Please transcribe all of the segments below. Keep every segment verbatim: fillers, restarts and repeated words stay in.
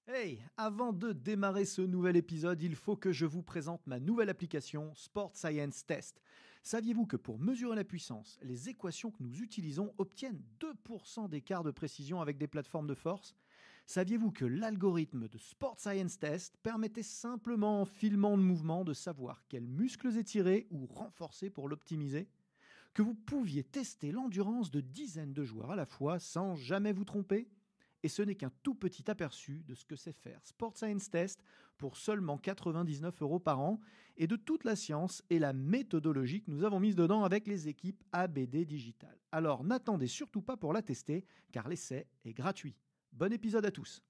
Hey, avant de démarrer ce nouvel épisode, il faut que je vous présente ma nouvelle application Sport Science Test. Saviez-vous que pour mesurer la puissance, les équations que nous utilisons obtiennent deux pour cent d'écart de précision avec des plateformes de force ? Saviez-vous que l'algorithme de Sport Science Test permettait simplement en filmant le mouvement de savoir quels muscles étirer ou renforcer pour l'optimiser ? Que vous pouviez tester l'endurance de dizaines de joueurs à la fois sans jamais vous tromper ? Et ce n'est qu'un tout petit aperçu de ce que c'est faire Sport Science Test pour seulement quatre-vingt-dix-neuf euros par an et de toute la science et la méthodologie que nous avons mise dedans avec les équipes A B D Digital. Alors n'attendez surtout pas pour la tester car l'essai est gratuit. Bon épisode à tous.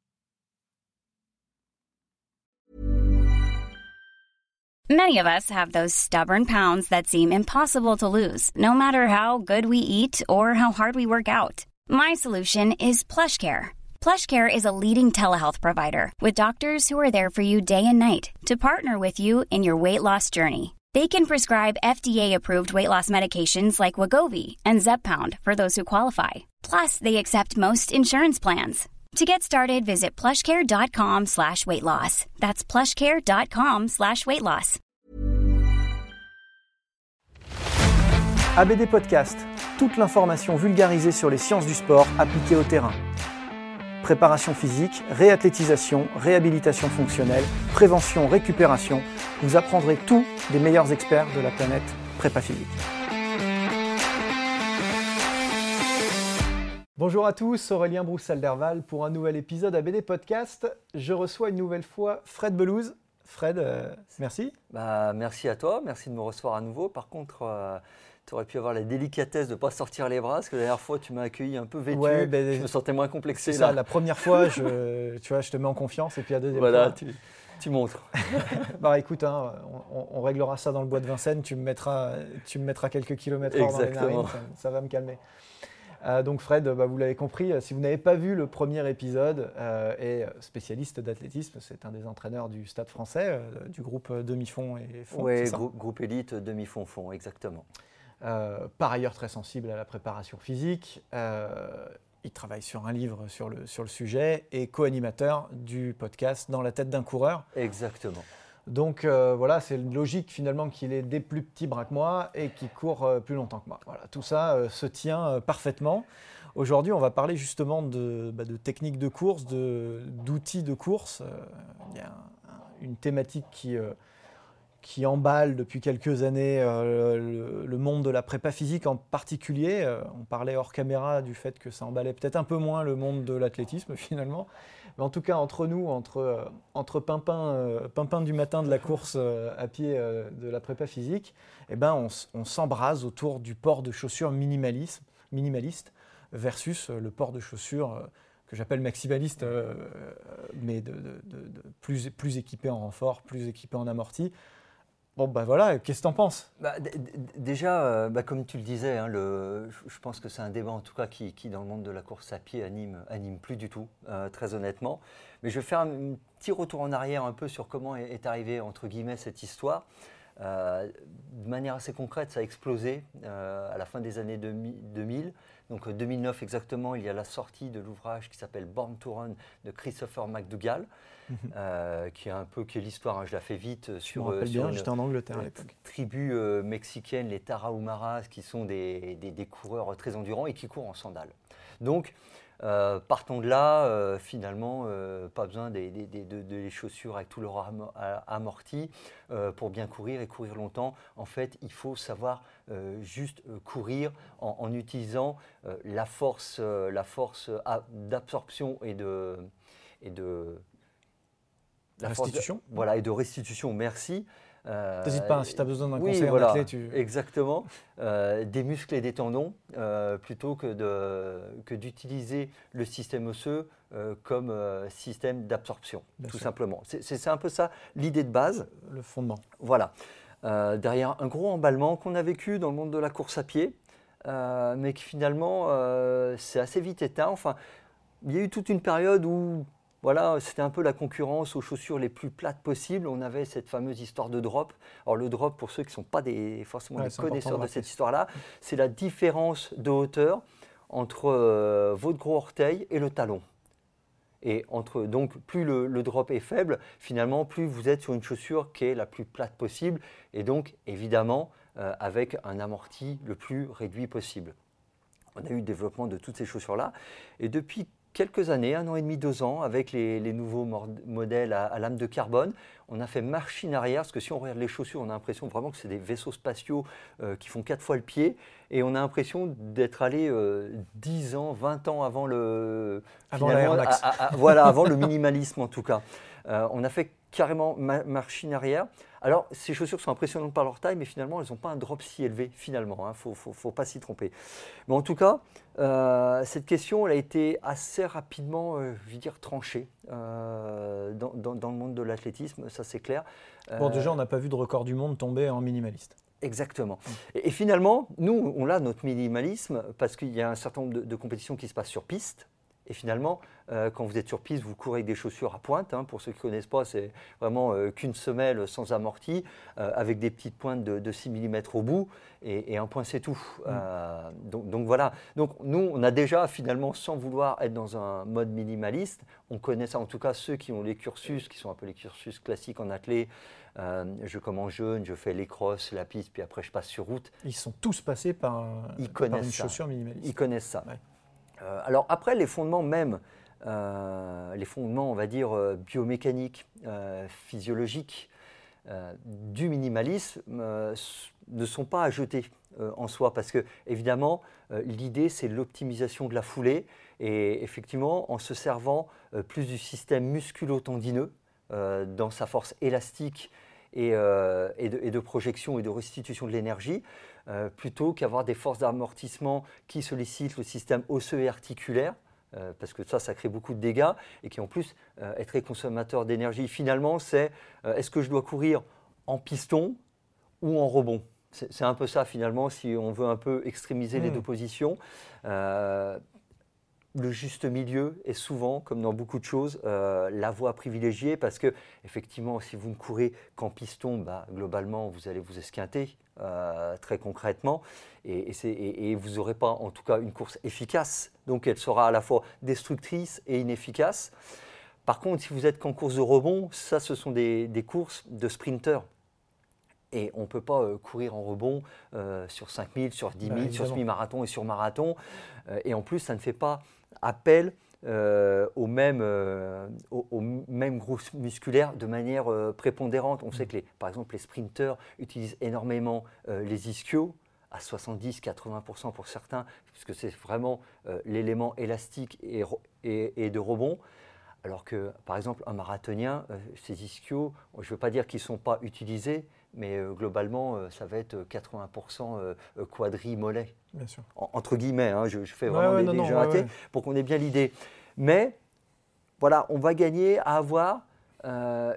Many of us have those stubborn pounds that seem impossible to lose, no matter how good we eat or how hard we work out. My solution is PlushCare. PlushCare is a leading telehealth provider with doctors who are there for you day and night to partner with you in your weight loss journey. They can prescribe F D A-approved weight loss medications like Wegovy and Zepbound for those who qualify. Plus, they accept most insurance plans. To get started, visit plushcare.com slash weight loss. That's plushcare.com slash weight loss. A B D Podcast, toute l'information vulgarisée sur les sciences du sport appliquées au terrain. Préparation physique, réathlétisation, réhabilitation fonctionnelle, prévention, récupération. Vous apprendrez tout des meilleurs experts de la planète prépa physique. Bonjour à tous, Aurélien Broussal-Derval pour un nouvel épisode A B D Podcast. Je reçois une nouvelle fois Fred Belouz. Fred, euh, merci. Bah, merci à toi, merci de me recevoir à nouveau. Par contre, euh, tu aurais pu avoir la délicatesse de ne pas sortir les bras, parce que la dernière fois, tu m'as accueilli un peu vêtu, ouais, ben, je me sentais moins complexé. C'est là. ça, la première fois, je, tu vois, je te mets en confiance, et puis la deuxième voilà, fois… tu, tu montres. Bah écoute, hein, on, on réglera ça dans le bois de Vincennes, tu me mettras, tu me mettras quelques kilomètres hors dans les narines, ça, ça va me calmer. Euh, donc Fred, bah, vous l'avez compris, si vous n'avez pas vu le premier épisode, euh, est spécialiste d'athlétisme, c'est un des entraîneurs du Stade français, euh, du groupe demi-fond et fond. Oui, grou- groupe élite, demi-fond, fond, exactement. Euh, par ailleurs très sensible à la préparation physique, euh, il travaille sur un livre sur le, sur le sujet et co-animateur du podcast Dans la tête d'un coureur. Exactement. Donc euh, voilà, c'est logique finalement qu'il ait des plus petits bras que moi et qu'il court euh, plus longtemps que moi. Voilà, tout ça euh, se tient euh, parfaitement. Aujourd'hui, on va parler justement de, bah, de techniques de course, de, d'outils de course. Euh, il y a un, un, une thématique qui, euh, qui emballe depuis quelques années euh, le, le monde de la prépa physique en particulier. Euh, on parlait hors caméra du fait que ça emballait peut-être un peu moins le monde de l'athlétisme finalement. Mais en tout cas, entre nous, entre, euh, entre pimpins, euh, pimpins du matin de la course euh, à pied euh, de la prépa physique, eh ben, on, on s'embrase autour du port de chaussures minimaliste, minimaliste versus euh, le port de chaussures euh, que j'appelle maximaliste, euh, mais de, de, de, de plus, plus équipé en renfort, plus équipé en amorti. Bon, ben bah voilà, qu'est-ce que tu en penses ? bah, d- d- Déjà, euh, bah, comme tu le disais, hein, le, je pense que c'est un débat en tout cas qui, qui dans le monde de la course à pied, anime, anime plus du tout, euh, très honnêtement. Mais je vais faire un, un petit retour en arrière un peu sur comment est, est arrivée, entre guillemets, cette histoire. Euh, de manière assez concrète, ça a explosé euh, à la fin des années deux mille. Donc deux mille neuf exactement, il y a la sortie de l'ouvrage qui s'appelle Born to Run de Christopher McDougall. Euh, qui est un peu qui est l'histoire, hein, je la fais vite, sur, euh, sur bien, j'étais en Angleterre à l'époque. Tribu euh, mexicaine, les Tarahumaras, qui sont des, des, des coureurs très endurants et qui courent en sandales. Donc, euh, partons de là, euh, finalement, euh, pas besoin des, des, des, de, des chaussures avec tout leur am- amorti euh, pour bien courir et courir longtemps. En fait, il faut savoir euh, juste euh, courir en, en utilisant euh, la force, euh, la force à, d'absorption et de... Et de La restitution. De, voilà, et de restitution, merci. Euh, N'hésite pas, hein, si tu as besoin d'un oui, conseil voilà, en athlète. Tu... Exactement. Euh, des muscles et des tendons, euh, plutôt que, de, que d'utiliser le système osseux euh, comme euh, système d'absorption, Bien tout sûr. simplement. C'est, c'est, c'est un peu ça l'idée de base. Le fondement. Voilà. Euh, derrière un gros emballement qu'on a vécu dans le monde de la course à pied, euh, mais qui finalement, euh, c'est assez vite éteint. Enfin, il y a eu toute une période où... Voilà, c'était un peu la concurrence aux chaussures les plus plates possibles. On avait cette fameuse histoire de drop. Alors le drop, pour ceux qui ne sont pas des, forcément ouais, des connaisseurs de cette histoire-là, c'est la différence de hauteur entre euh, votre gros orteil et le talon. Et entre, donc, plus le, le drop est faible, finalement, plus vous êtes sur une chaussure qui est la plus plate possible et donc, évidemment, euh, avec un amorti le plus réduit possible. On a eu le développement de toutes ces chaussures-là. Et depuis quelques années, un an et demi, deux ans, avec les, les nouveaux modèles à, à lame de carbone, on a fait machine arrière, parce que si on regarde les chaussures, on a l'impression vraiment que c'est des vaisseaux spatiaux euh, qui font quatre fois le pied, et on a l'impression d'être allé euh, dix ans, vingt ans avant le... Avant la Air Max. À, à, à, voilà, avant le minimalisme en tout cas. Euh, on a fait carrément ma machine arrière. Alors, ces chaussures sont impressionnantes par leur taille, mais finalement, elles n'ont pas un drop si élevé, finalement. Il hein, ne faut, faut, faut pas s'y tromper. Mais en tout cas, euh, cette question, elle a été assez rapidement, euh, je veux dire, tranchée euh, dans, dans, dans le monde de l'athlétisme, ça c'est clair. Bon, euh, déjà, on n'a pas vu de record du monde tomber en minimaliste. Exactement. Et, et finalement, nous, on a notre minimalisme parce qu'il y a un certain nombre de, de compétitions qui se passent sur piste. Et finalement, euh, quand vous êtes sur piste, vous courez avec des chaussures à pointe. Hein, pour ceux qui ne connaissent pas, c'est vraiment euh, qu'une semelle sans amorti, euh, avec des petites pointes de, de six millimètres au bout, et, et un point, c'est tout. Mmh. Euh, donc, donc voilà. Donc nous, on a déjà finalement, sans vouloir être dans un mode minimaliste, on connaît ça. En tout cas, ceux qui ont les cursus, qui sont un peu les cursus classiques en athlée. Euh, je commence jeune, je fais les crosses, la piste, puis après je passe sur route. Ils sont tous passés par, Ils par une ça. chaussure minimaliste. Ils connaissent ça. Ouais. Euh, alors après, les fondements même, euh, les fondements, on va dire, euh, biomécaniques, euh, physiologiques euh, du minimalisme euh, ne sont pas à jeter euh, en soi parce que, évidemment, euh, l'idée, c'est l'optimisation de la foulée et effectivement, en se servant euh, plus du système musculo-tendineux euh, dans sa force élastique et, euh, et, de, et de projection et de restitution de l'énergie, Euh, plutôt qu'avoir des forces d'amortissement qui sollicitent le système osseux et articulaire, euh, parce que ça, ça crée beaucoup de dégâts, et qui en plus euh, est très consommateur d'énergie. Finalement, c'est euh, est-ce que je dois courir en piston ou en rebond ? C'est un peu ça finalement, si on veut un peu extrémiser mmh. les deux positions. Euh, Le juste milieu est souvent, comme dans beaucoup de choses, euh, la voie privilégiée parce que, effectivement, si vous ne courez qu'en piston, bah, globalement, vous allez vous esquinter euh, très concrètement et, et, et, et vous n'aurez pas, en tout cas, une course efficace. Donc, elle sera à la fois destructrice et inefficace. Par contre, si vous êtes qu'en course de rebond, ça, ce sont des, des courses de sprinteurs. Et on ne peut pas euh, courir en rebond euh, sur cinq mille, sur dix mille, bah, sur semi-marathon et sur marathon. Euh, et en plus, ça ne fait pas appel euh, au, même, euh, au, au même groupe musculaire de manière euh, prépondérante. On sait que, les, par exemple, les sprinteurs utilisent énormément euh, les ischios, à soixante-dix à quatre-vingts pour cent pour certains, puisque c'est vraiment euh, l'élément élastique et, et, et de rebond. Alors que, par exemple, un marathonien, euh, ces ischios, je ne veux pas dire qu'ils ne sont pas utilisés, mais euh, globalement, euh, ça va être quatre-vingts pour cent euh, quadri-mollet. Bien sûr. En, entre guillemets, hein, je, je fais vraiment ouais, des, ouais, des non, jeux non, ratés ouais, ouais. pour qu'on ait bien l'idée. Mais, voilà, on va gagner à avoir euh,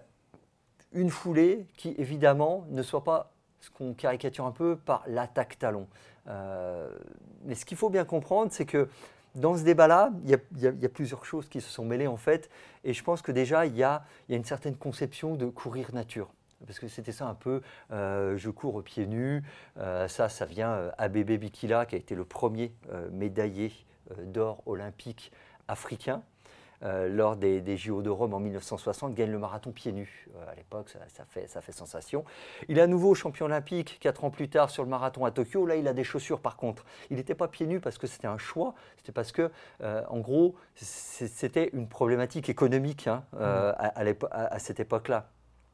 une foulée qui, évidemment, ne soit pas ce qu'on caricature un peu par l'attaque talon. Euh, mais ce qu'il faut bien comprendre, c'est que dans ce débat-là, il y, y, y a plusieurs choses qui se sont mêlées en fait, et je pense que déjà il y a, y a une certaine conception de courir nature, parce que c'était ça un peu, euh, je cours pieds nus, euh, ça, ça vient euh, Abebe Bikila qui a été le premier euh, médaillé euh, d'or olympique africain. Euh, lors des, des J O de Rome en mille neuf cent soixante, gagne le marathon pieds nus. Euh, à l'époque, ça, ça, fait, ça fait sensation. Il est à nouveau champion olympique quatre ans plus tard sur le marathon à Tokyo. Là, il a des chaussures par contre. Il n'était pas pieds nus parce que c'était un choix. C'était parce que, euh, en gros, c'était une problématique économique hein, euh, mmh. à, à, à cette époque-là.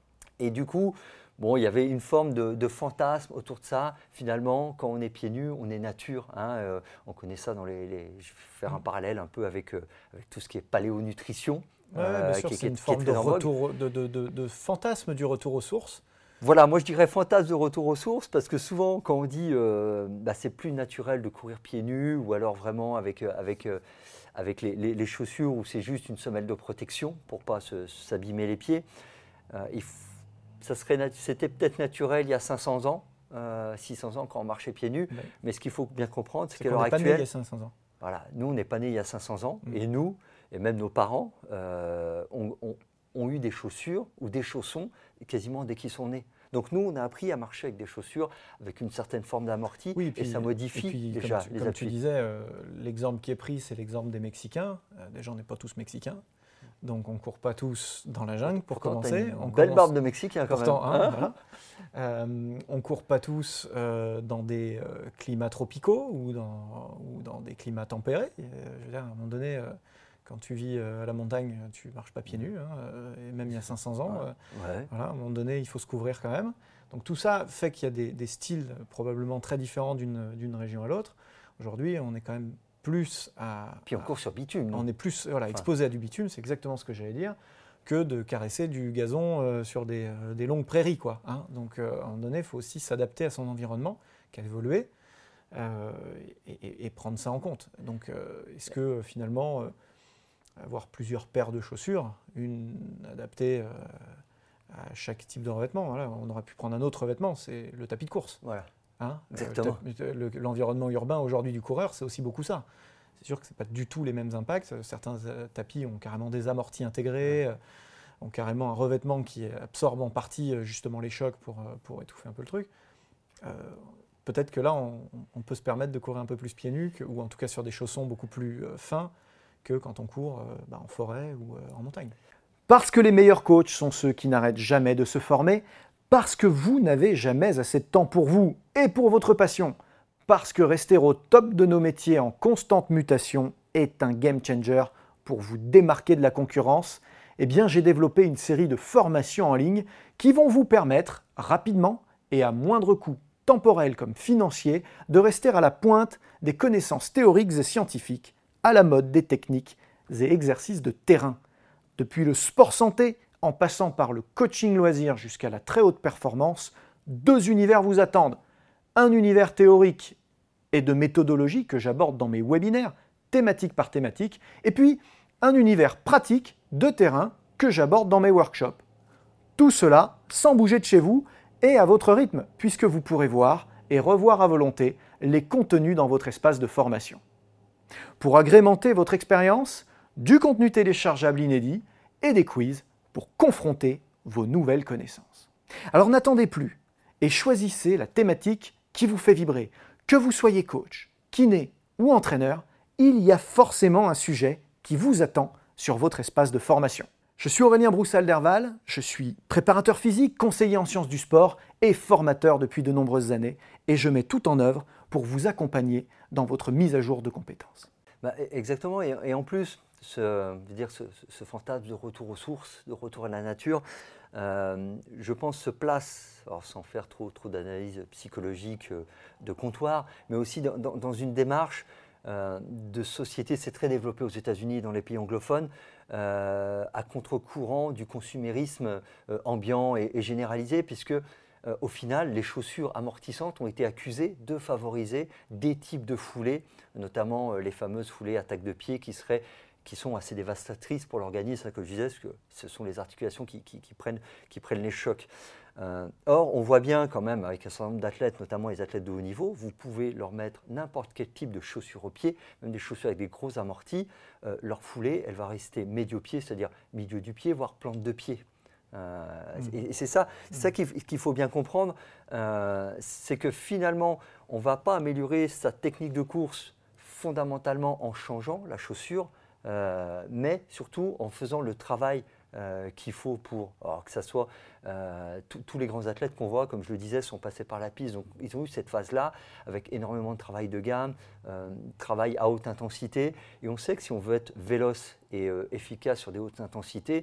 Et du coup, bon, il y avait une forme de, de fantasme autour de ça. Finalement, quand on est pieds nus, on est nature. Hein, euh, on connaît ça dans les, les… Je vais faire un parallèle un peu avec, euh, avec tout ce qui est paléonutrition. Oui, euh, bien sûr, c'est une forme de, retour, de, de, de, de fantasme du retour aux sources. Voilà, moi je dirais fantasme de retour aux sources parce que souvent, quand on dit euh, bah, c'est plus naturel de courir pieds nus ou alors vraiment avec, avec, euh, avec les, les, les chaussures où c'est juste une semelle de protection pour ne pas s'abîmer les pieds, euh, il faut Ça serait, c'était peut-être naturel il y a cinq cents ans, euh, six cents ans quand on marchait pieds nus. Oui. Mais ce qu'il faut bien comprendre, c'est qu'à l'heure actuelle… On n'est pas né il y a cinq cents ans. Voilà, nous, on n'est pas nés il y a cinq cents ans. Mmh. Et nous, et même nos parents, euh, ont, ont, ont eu des chaussures ou des chaussons quasiment dès qu'ils sont nés. Donc nous, on a appris à marcher avec des chaussures avec une certaine forme d'amorti oui, et, puis, et ça modifie et puis, déjà comme tu, les comme appuis. tu disais, euh, l'exemple qui est pris, c'est l'exemple des Mexicains. Euh, déjà, on n'est pas tous Mexicains. Donc on ne court pas tous dans la jungle pour Pourtant, commencer. Une on belle commence... barbe de Mexicain quand Pourtant, même. hein, voilà. euh, on ne court pas tous euh, dans des euh, climats tropicaux ou dans, ou dans des climats tempérés. Euh, je veux dire, à un moment donné, euh, quand tu vis euh, à la montagne, tu ne marches pas pieds nus. Hein, euh, et même il y a cinq cents ans, euh, Ouais. voilà, à un moment donné, il faut se couvrir quand même. Donc tout ça fait qu'il y a des, des styles probablement très différents d'une, d'une région à l'autre. Aujourd'hui, on est quand même plus à... Puis on à, court sur bitume. On est plus voilà, enfin, exposé à du bitume, c'est exactement ce que j'allais dire, que de caresser du gazon euh, sur des, euh, des longues prairies, quoi, hein. Donc euh, à un moment donné, il faut aussi s'adapter à son environnement qui a évolué euh, et, et, et prendre ça en compte. Donc euh, est-ce que euh, finalement, euh, avoir plusieurs paires de chaussures, une adaptée... Euh, à chaque type de revêtement. Voilà, on aurait pu prendre un autre revêtement, c'est le tapis de course. Voilà. Hein, Exactement. Euh, le, le, l'environnement urbain aujourd'hui du coureur, c'est aussi beaucoup ça. C'est sûr que ce n'est pas du tout les mêmes impacts. Certains euh, tapis ont carrément des amortis intégrés, euh, ont carrément un revêtement qui absorbe en partie euh, justement les chocs pour, euh, pour étouffer un peu le truc. Euh, peut-être que là, on, on peut se permettre de courir un peu plus pieds nus, que, ou en tout cas sur des chaussons beaucoup plus euh, fins que quand on court euh, bah, en forêt ou euh, en montagne. Parce que les meilleurs coachs sont ceux qui n'arrêtent jamais de se former, parce que vous n'avez jamais assez de temps pour vous et pour votre passion, parce que rester au top de nos métiers en constante mutation est un game changer pour vous démarquer de la concurrence, eh bien j'ai développé une série de formations en ligne qui vont vous permettre rapidement et à moindre coût temporel comme financier de rester à la pointe des connaissances théoriques et scientifiques, à la mode des techniques et exercices de terrain. Depuis le sport santé, en passant par le coaching loisir jusqu'à la très haute performance, deux univers vous attendent. Un univers théorique et de méthodologie que j'aborde dans mes webinaires, thématique par thématique, et puis un univers pratique de terrain que j'aborde dans mes workshops. Tout cela sans bouger de chez vous et à votre rythme, puisque vous pourrez voir et revoir à volonté les contenus dans votre espace de formation. Pour agrémenter votre expérience, du contenu téléchargeable inédit et des quiz pour confronter vos nouvelles connaissances. Alors n'attendez plus et choisissez la thématique qui vous fait vibrer. Que vous soyez coach, kiné ou entraîneur, il y a forcément un sujet qui vous attend sur votre espace de formation. Je suis Aurélien Broussal-Derval, je suis préparateur physique, conseiller en sciences du sport et formateur depuis de nombreuses années et je mets tout en œuvre pour vous accompagner dans votre mise à jour de compétences. Bah, exactement, et, et en plus, ce, je veux dire, ce, ce fantasme de retour aux sources, de retour à la nature, euh, je pense se place, alors sans faire trop, trop d'analyse psychologique euh, de comptoir, mais aussi dans, dans, dans une démarche euh, de société, c'est très développé aux États-Unis et dans les pays anglophones, euh, à contre-courant du consumérisme euh, ambiant et, et généralisé, puisque Euh, au final, les chaussures amortissantes ont été accusées de favoriser des types de foulées, notamment euh, les fameuses foulées attaques de pied qui, seraient, qui sont assez dévastatrices pour l'organisme, ça que je disais, parce que ce sont les articulations qui, qui, qui, prennent, qui prennent les chocs. Euh, or, on voit bien quand même avec un certain nombre d'athlètes, notamment les athlètes de haut niveau, vous pouvez leur mettre n'importe quel type de chaussures au pied, même des chaussures avec des gros amortis, euh, leur foulée, elle va rester médio-pied, c'est-à-dire milieu du pied, voire plante de pied. Euh, mmh. Et c'est ça, c'est ça qu'il, qu'il faut bien comprendre, euh, c'est que finalement, on ne va pas améliorer sa technique de course fondamentalement en changeant la chaussure, euh, mais surtout en faisant le travail euh, qu'il faut pour, alors que ce soit euh, tous les grands athlètes qu'on voit, comme je le disais, sont passés par la piste, donc ils ont eu cette phase-là avec énormément de travail de gamme, euh, travail à haute intensité, et on sait que si on veut être véloce et euh, efficace sur des hautes intensités,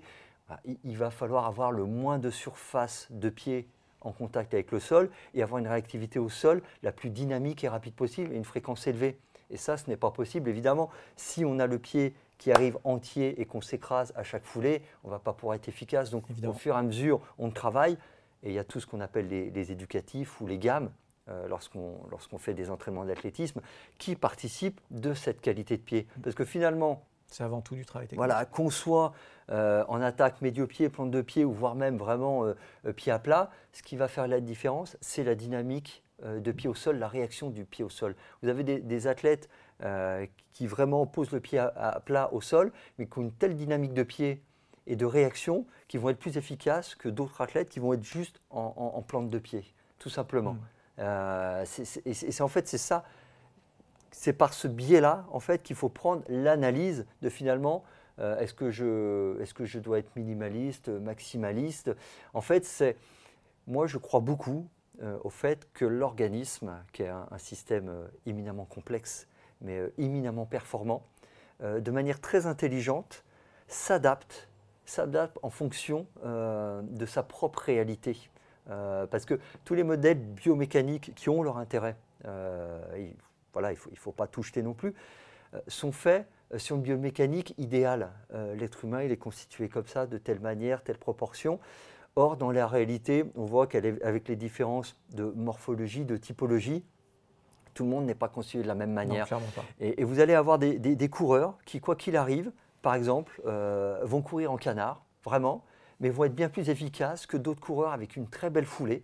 il va falloir avoir le moins de surface de pied en contact avec le sol et avoir une réactivité au sol la plus dynamique et rapide possible et une fréquence élevée. Et ça, ce n'est pas possible, évidemment. Si on a le pied qui arrive entier et qu'on s'écrase à chaque foulée, on ne va pas pouvoir être efficace. Donc, évidemment, au fur et à mesure, on travaille. Et il y a tout ce qu'on appelle les, les éducatifs ou les gammes, euh, lorsqu'on, lorsqu'on fait des entraînements d'athlétisme, qui participent de cette qualité de pied. Parce que finalement, c'est avant tout du travail technique. Voilà, qu'on soit euh, en attaque médio-pied, plante de pied, ou voire même vraiment euh, euh, pied à plat, ce qui va faire la différence, c'est la dynamique euh, de pied au sol, la réaction du pied au sol. Vous avez des, des athlètes euh, qui vraiment posent le pied à, à plat au sol, mais qui ont une telle dynamique de pied et de réaction qui vont être plus efficaces que d'autres athlètes qui vont être juste en, en, en plante de pied, tout simplement. Mmh. Euh, c'est, c'est, et c'est, en fait, c'est ça. C'est par ce biais-là, en fait, qu'il faut prendre l'analyse de finalement euh, est-ce que je, est-ce que je dois être minimaliste, maximaliste? En fait, c'est, moi, je crois beaucoup euh, au fait que l'organisme, qui est un, un système euh, éminemment complexe, mais euh, éminemment performant, euh, de manière très intelligente, s'adapte, s'adapte en fonction euh, de sa propre réalité. Euh, parce que tous les modèles biomécaniques qui ont leur intérêt, euh, il, voilà, il ne faut, il faut pas tout jeter non plus, euh, sont faits sur une biomécanique idéale. Euh, l'être humain, il est constitué comme ça, de telle manière, telle proportion. Or, dans la réalité, on voit qu'avec les différences de morphologie, de typologie, tout le monde n'est pas constitué de la même manière. Non, clairement pas. Et, et vous allez avoir des, des, des coureurs qui, quoi qu'il arrive, par exemple, euh, vont courir en canard, vraiment, mais vont être bien plus efficaces que d'autres coureurs avec une très belle foulée,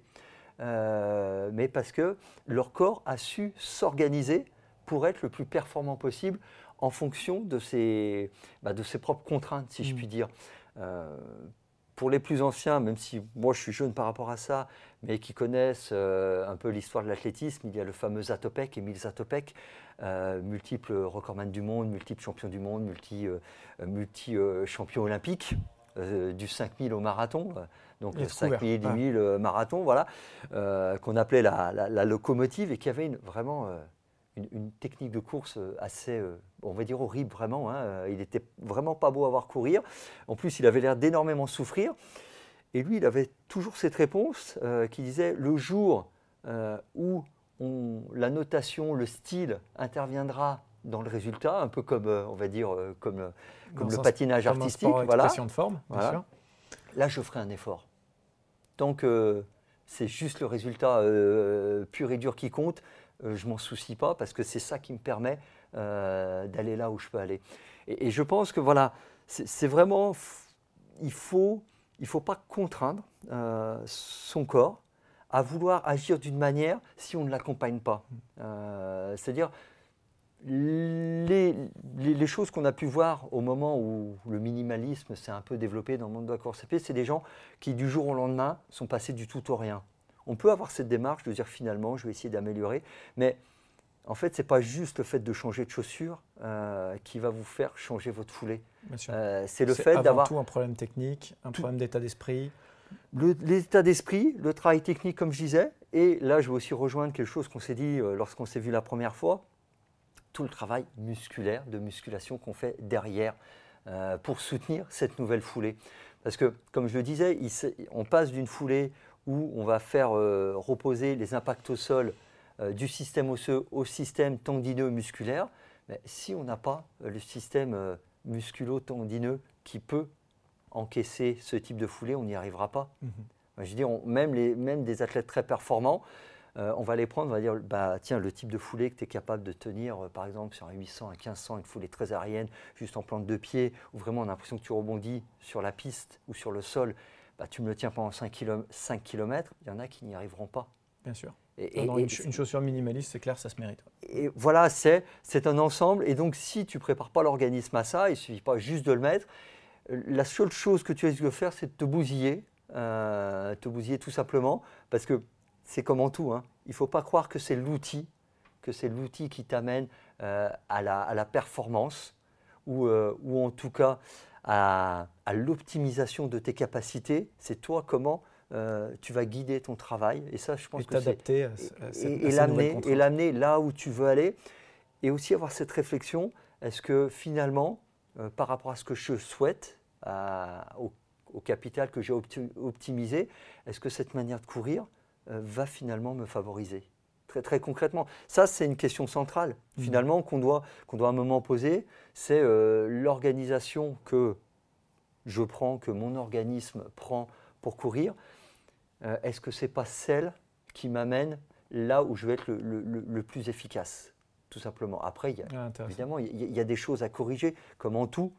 euh, mais parce que leur corps a su s'organiser pour être le plus performant possible en fonction de ses, bah, de ses propres contraintes, si mmh. je puis dire. Euh, pour les plus anciens, même si moi je suis jeune par rapport à ça, mais qui connaissent euh, un peu l'histoire de l'athlétisme, il y a le fameux Zatopek, Émile Zatopek, euh, multiple recordman du monde, multiple champion du monde, multi, euh, multi euh, champion olympique, euh, du cinq mille au marathon, euh, donc cinq mille, dix mille euh, marathon, voilà, euh, qu'on appelait la, la, la locomotive et qui avait une, vraiment euh, une, une technique de course assez, euh, on va dire horrible vraiment, hein. Il n'était vraiment pas beau à voir courir, en plus il avait l'air d'énormément souffrir. Et lui, il avait toujours cette réponse euh, qui disait le jour euh, où on, la notation, le style interviendra dans le résultat, un peu comme, euh, on va dire, euh, comme, euh, comme le patinage comme artistique. Un sport voilà. Expression de forme, bien voilà. sûr. Là, je ferai un effort. Tant que c'est juste le résultat euh, pur et dur qui compte, euh, je ne m'en soucie pas parce que c'est ça qui me permet euh, d'aller là où je peux aller. Et, et je pense que voilà, c'est, c'est vraiment, il faut... Il ne faut pas contraindre euh, son corps à vouloir agir d'une manière si on ne l'accompagne pas. Euh, c'est-à-dire, les, les, les choses qu'on a pu voir au moment où le minimalisme s'est un peu développé dans le monde de la course à pied, c'est des gens qui, du jour au lendemain, sont passés du tout au rien. On peut avoir cette démarche de dire finalement, je vais essayer d'améliorer, mais en fait, ce n'est pas juste le fait de changer de chaussures euh, qui va vous faire changer votre foulée. Euh, c'est le c'est fait avant d'avoir tout un problème technique, un tout... problème d'état d'esprit. Le, l'état d'esprit, le travail technique, comme je disais, et là, je vais aussi rejoindre quelque chose qu'on s'est dit euh, lorsqu'on s'est vu la première fois, tout le travail musculaire, de musculation qu'on fait derrière euh, pour soutenir cette nouvelle foulée. Parce que, comme je le disais, il, on passe d'une foulée où on va faire euh, reposer les impacts au sol euh, du système osseux au système tendineux musculaire. Mais si on n'a pas euh, le système euh, musculo-tendineux qui peut encaisser ce type de foulée, on n'y arrivera pas. Mmh. Je veux dire, on, même, les, même des athlètes très performants, euh, on va les prendre, on va dire, bah, tiens, le type de foulée que tu es capable de tenir, euh, par exemple, sur un huit cents, un quinze cents, une foulée très aérienne, juste en plante de pied, où vraiment on a l'impression que tu rebondis sur la piste ou sur le sol, bah, tu me le tiens pendant cinq kilomètres, il y en a qui n'y arriveront pas. Bien sûr. Et, non, et, une, ch- une chaussure minimaliste, c'est clair, ça se mérite. Et voilà, c'est, c'est un ensemble. Et donc, si tu ne prépares pas l'organisme à ça, il ne suffit pas juste de le mettre. La seule chose que tu risques de faire, c'est de te bousiller, euh, te bousiller tout simplement, parce que c'est comme en tout, hein. Il ne faut pas croire que c'est l'outil, que c'est l'outil qui t'amène euh, à, la, à la performance, ou, euh, ou en tout cas à, à l'optimisation de tes capacités. C'est toi comment euh, tu vas guider ton travail. Et ça, je pense et que t'adapter c'est... à, à et, cette, et, à l'amener, et l'amener là où tu veux aller. Et aussi avoir cette réflexion, est-ce que finalement, euh, par rapport à ce que je souhaite, à, au, au capital que j'ai opti- optimisé, est-ce que cette manière de courir euh, va finalement me favoriser ? Très, très concrètement, ça c'est une question centrale mmh. finalement qu'on doit, qu'on doit à un moment poser, c'est euh, l'organisation que je prends, que mon organisme prend pour courir. Euh, est-ce que ce n'est pas celle qui m'amène là où je vais être le, le, le, le plus efficace, tout simplement. Après, il y a, ah, évidemment, il y, a, il y a des choses à corriger, comme en tout,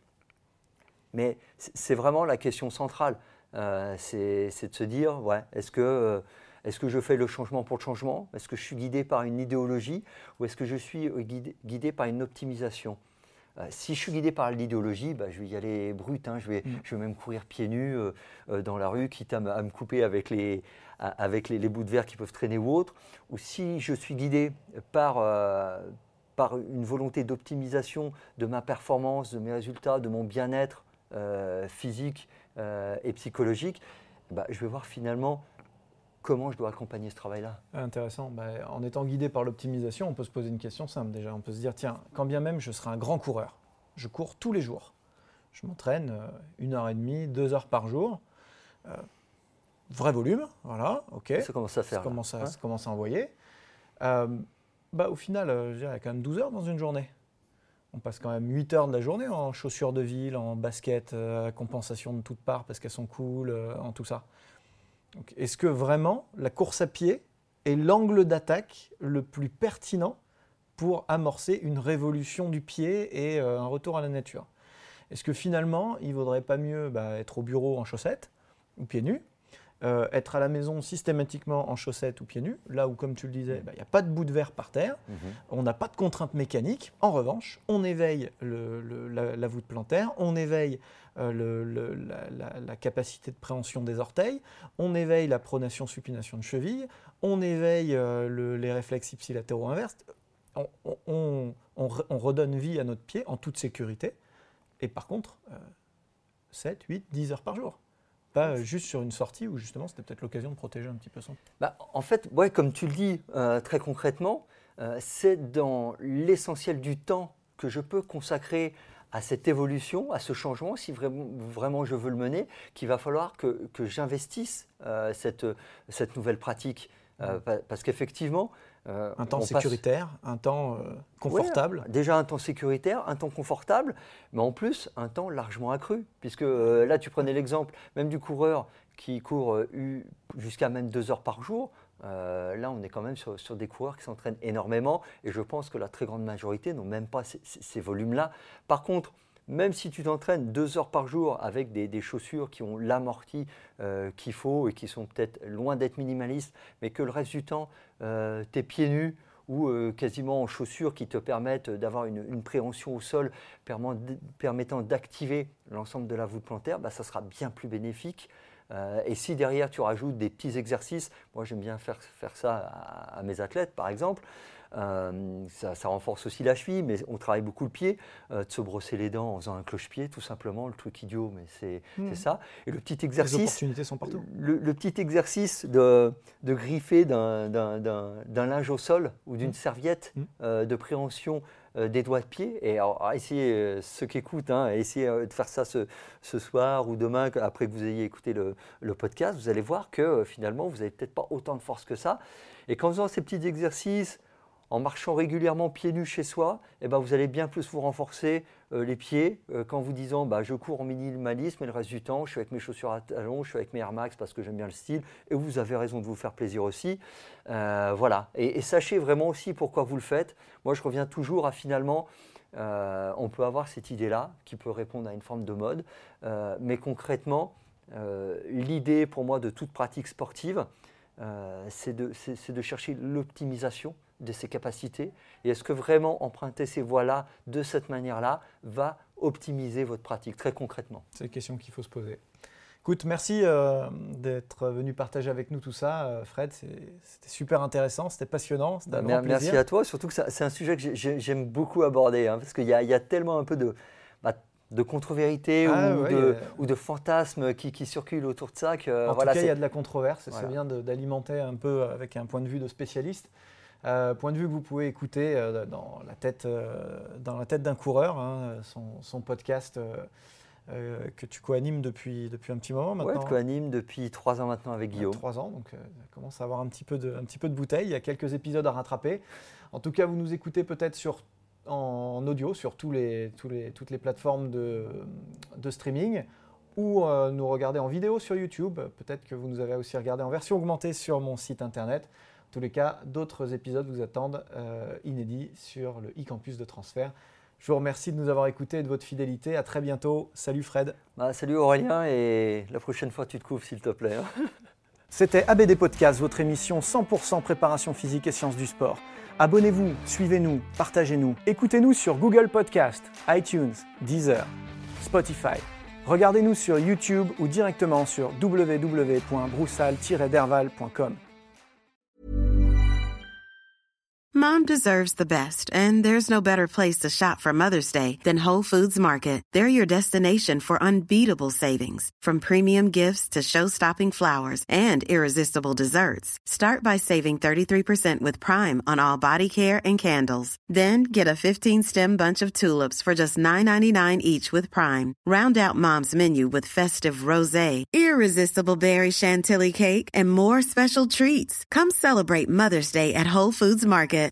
mais c'est vraiment la question centrale. Euh, c'est, c'est de se dire, ouais, est-ce que, euh, est-ce que je fais le changement pour le changement ? Est-ce que je suis guidé par une idéologie ou est-ce que je suis guidé, guidé par une optimisation ? euh, Si je suis guidé par l'idéologie, bah, je vais y aller brut, hein, je, vais, mmh. je vais même courir pieds nus euh, euh, dans la rue, quitte à, m- à me couper avec, les, à, avec les, les bouts de verre qui peuvent traîner ou autre. Ou si je suis guidé par... Euh, par une volonté d'optimisation de ma performance, de mes résultats, de mon bien-être euh, physique euh, et psychologique, bah, je vais voir finalement comment je dois accompagner ce travail-là. Intéressant. Bah, en étant guidé par l'optimisation, on peut se poser une question simple déjà. On peut se dire, tiens, quand bien même je serai un grand coureur, je cours tous les jours. Je m'entraîne euh, une heure et demie, deux heures par jour. Euh, vrai volume, voilà, ok. Ça commence à faire. Ça commence à, hein ça commence à envoyer. Euh, bah, au final, euh, je dirais, il y a quand même douze heures dans une journée. On passe quand même huit heures de la journée en chaussures de ville, en basket, euh, compensation de toutes parts parce qu'elles sont cool, euh, en tout ça. Donc, est-ce que vraiment la course à pied est l'angle d'attaque le plus pertinent pour amorcer une révolution du pied et euh, un retour à la nature ? Est-ce que finalement, il ne vaudrait pas mieux bah, être au bureau en chaussettes ou pieds nus, euh, être à la maison systématiquement en chaussettes ou pieds nus, là où, comme tu le disais, il bah, n'y a pas de bout de verre par terre, Mhm. on n'a pas de contraintes mécaniques. En revanche, on éveille le, le, la, la voûte plantaire, on éveille euh, le, le, la, la, la capacité de préhension des orteils, on éveille la pronation-supination de cheville, on éveille euh, le, les réflexes ipsilatéraux inverses. On, on, on, on, on redonne vie à notre pied en toute sécurité. Et par contre, euh, sept, huit, dix heures par jour. Pas euh, juste sur une sortie où justement c'était peut-être l'occasion de protéger un petit peu son. Bah, en fait, ouais, comme tu le dis euh, très concrètement, euh, c'est dans l'essentiel du temps que je peux consacrer à cette évolution, à ce changement, si vraiment, vraiment je veux le mener, qu'il va falloir que, que j'investisse euh, cette, cette nouvelle pratique. Euh, Mmh. Parce qu'effectivement, euh, un temps on sécuritaire, passe... un temps euh, confortable. Ouais, déjà un temps sécuritaire, un temps confortable, mais en plus un temps largement accru. Puisque euh, là, tu prenais l'exemple même du coureur qui court euh, jusqu'à même deux heures par jour. Euh, là, on est quand même sur, sur des coureurs qui s'entraînent énormément. Et je pense que la très grande majorité n'ont même pas ces, ces, ces volumes-là. Par contre, même si tu t'entraînes deux heures par jour avec des, des chaussures qui ont l'amorti euh, qu'il faut et qui sont peut-être loin d'être minimalistes, mais que le reste du temps, euh, t'es pieds nus ou euh, quasiment en chaussures qui te permettent d'avoir une, une préhension au sol permettant d'activer l'ensemble de la voûte plantaire, bah, ça sera bien plus bénéfique. Euh, et si derrière tu rajoutes des petits exercices, moi j'aime bien faire, faire ça à, à mes athlètes par exemple, Euh, ça, ça renforce aussi la cheville, mais on travaille beaucoup le pied, euh, de se brosser les dents en faisant un cloche-pied, tout simplement, le truc idiot, mais c'est mmh. c'est ça. Et le petit exercice, les opportunités sont partout. Le, le petit exercice de, de griffer d'un, d'un, d'un, d'un linge au sol ou d'une mmh. serviette mmh. Euh, de préhension euh, des doigts de pied. Et alors, alors essayez, euh, ceux qui écoutent, hein, essayez euh, de faire ça ce, ce soir ou demain, après que vous ayez écouté le, le podcast, vous allez voir que euh, finalement, vous n'avez peut-être pas autant de force que ça. Et qu'en faisant ces petits exercices, en marchant régulièrement pieds nus chez soi, eh ben vous allez bien plus vous renforcer euh, les pieds euh, qu'en vous disant bah, je cours en minimalisme et le reste du temps, je suis avec mes chaussures à talons, je suis avec mes Air Max parce que j'aime bien le style et vous avez raison de vous faire plaisir aussi. Euh, voilà. Et, et sachez vraiment aussi pourquoi vous le faites. Moi, je reviens toujours à finalement, euh, on peut avoir cette idée-là qui peut répondre à une forme de mode, euh, mais concrètement, euh, l'idée pour moi de toute pratique sportive, euh, c'est de, c'est, c'est de chercher l'optimisation de ses capacités et est-ce que vraiment emprunter ces voies-là de cette manière-là va optimiser votre pratique très concrètement ? C'est une question qu'il faut se poser. Écoute, merci euh, d'être venu partager avec nous tout ça, euh, Fred. C'est, c'était super intéressant, c'était passionnant, c'était un bah, grand merci plaisir. à toi, surtout que ça, c'est un sujet que j'ai, j'aime beaucoup aborder hein, parce qu'il y a, il y a tellement un peu de, bah, de contre-vérité ah, ou, ouais, de, a... ou de fantasmes qui, qui circulent autour de ça. Que, en voilà, tout cas, c'est... il y a de la controverse et voilà. C'est bien de, d'alimenter un peu avec un point de vue de spécialiste. Euh, point de vue que vous pouvez écouter euh, dans, la tête, euh, dans la tête d'un coureur, hein, son, son podcast euh, euh, que tu co-animes depuis, depuis un petit moment maintenant. Oui, je co-anime depuis trois ans maintenant avec Guillaume. Trois ans, donc euh, ça commence à avoir un petit, peu de, un petit peu de bouteille. Il y a quelques épisodes à rattraper. En tout cas, vous nous écoutez peut-être sur, en, en audio sur tous les, tous les, toutes les plateformes de, de streaming ou euh, nous regardez en vidéo sur YouTube. Peut-être que vous nous avez aussi regardé en version augmentée sur mon site internet. En tous les cas, d'autres épisodes vous attendent euh, inédits sur le e-campus de transfert. Je vous remercie de nous avoir écoutés et de votre fidélité. À très bientôt. Salut Fred. Bah, salut Aurélien et la prochaine fois tu te couvres s'il te plaît. Hein. C'était A B D Podcast, votre émission cent pour cent préparation physique et sciences du sport. Abonnez-vous, suivez-nous, partagez-nous. Écoutez-nous sur Google Podcast, iTunes, Deezer, Spotify. Regardez-nous sur YouTube ou directement sur w w w point broussal tiret derval point com. Mom deserves the best, and there's no better place to shop for Mother's Day than Whole Foods Market. They're your destination for unbeatable savings, from premium gifts to show-stopping flowers and irresistible desserts. Start by saving thirty-three percent with Prime on all body care and candles. Then get a fifteen-stem bunch of tulips for just nine ninety-nine each with Prime. Round out Mom's menu with festive rosé, irresistible berry chantilly cake, and more special treats. Come celebrate Mother's Day at Whole Foods Market.